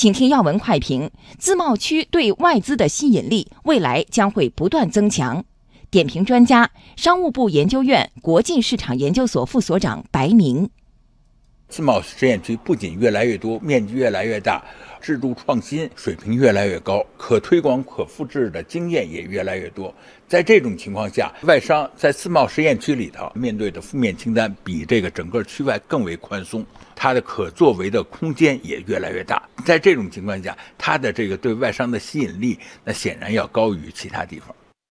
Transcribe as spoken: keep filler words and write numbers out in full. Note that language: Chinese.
请听要闻快评：自贸区对外资的吸引力未来将会不断增强。点评专家：商务部研究院国际市场研究所副所长白明。 自贸试验区不仅越来越多，面积越来越大，制度创新水平越来越高，可推广可复制的经验也越来越多。在这种情况下，外商在自贸实验区里头面对的负面清单比这个整个区外更为宽松，它的可作为的空间也越来越大。在这种情况下，它的这个对外商的吸引力，那显然要高于其他地方。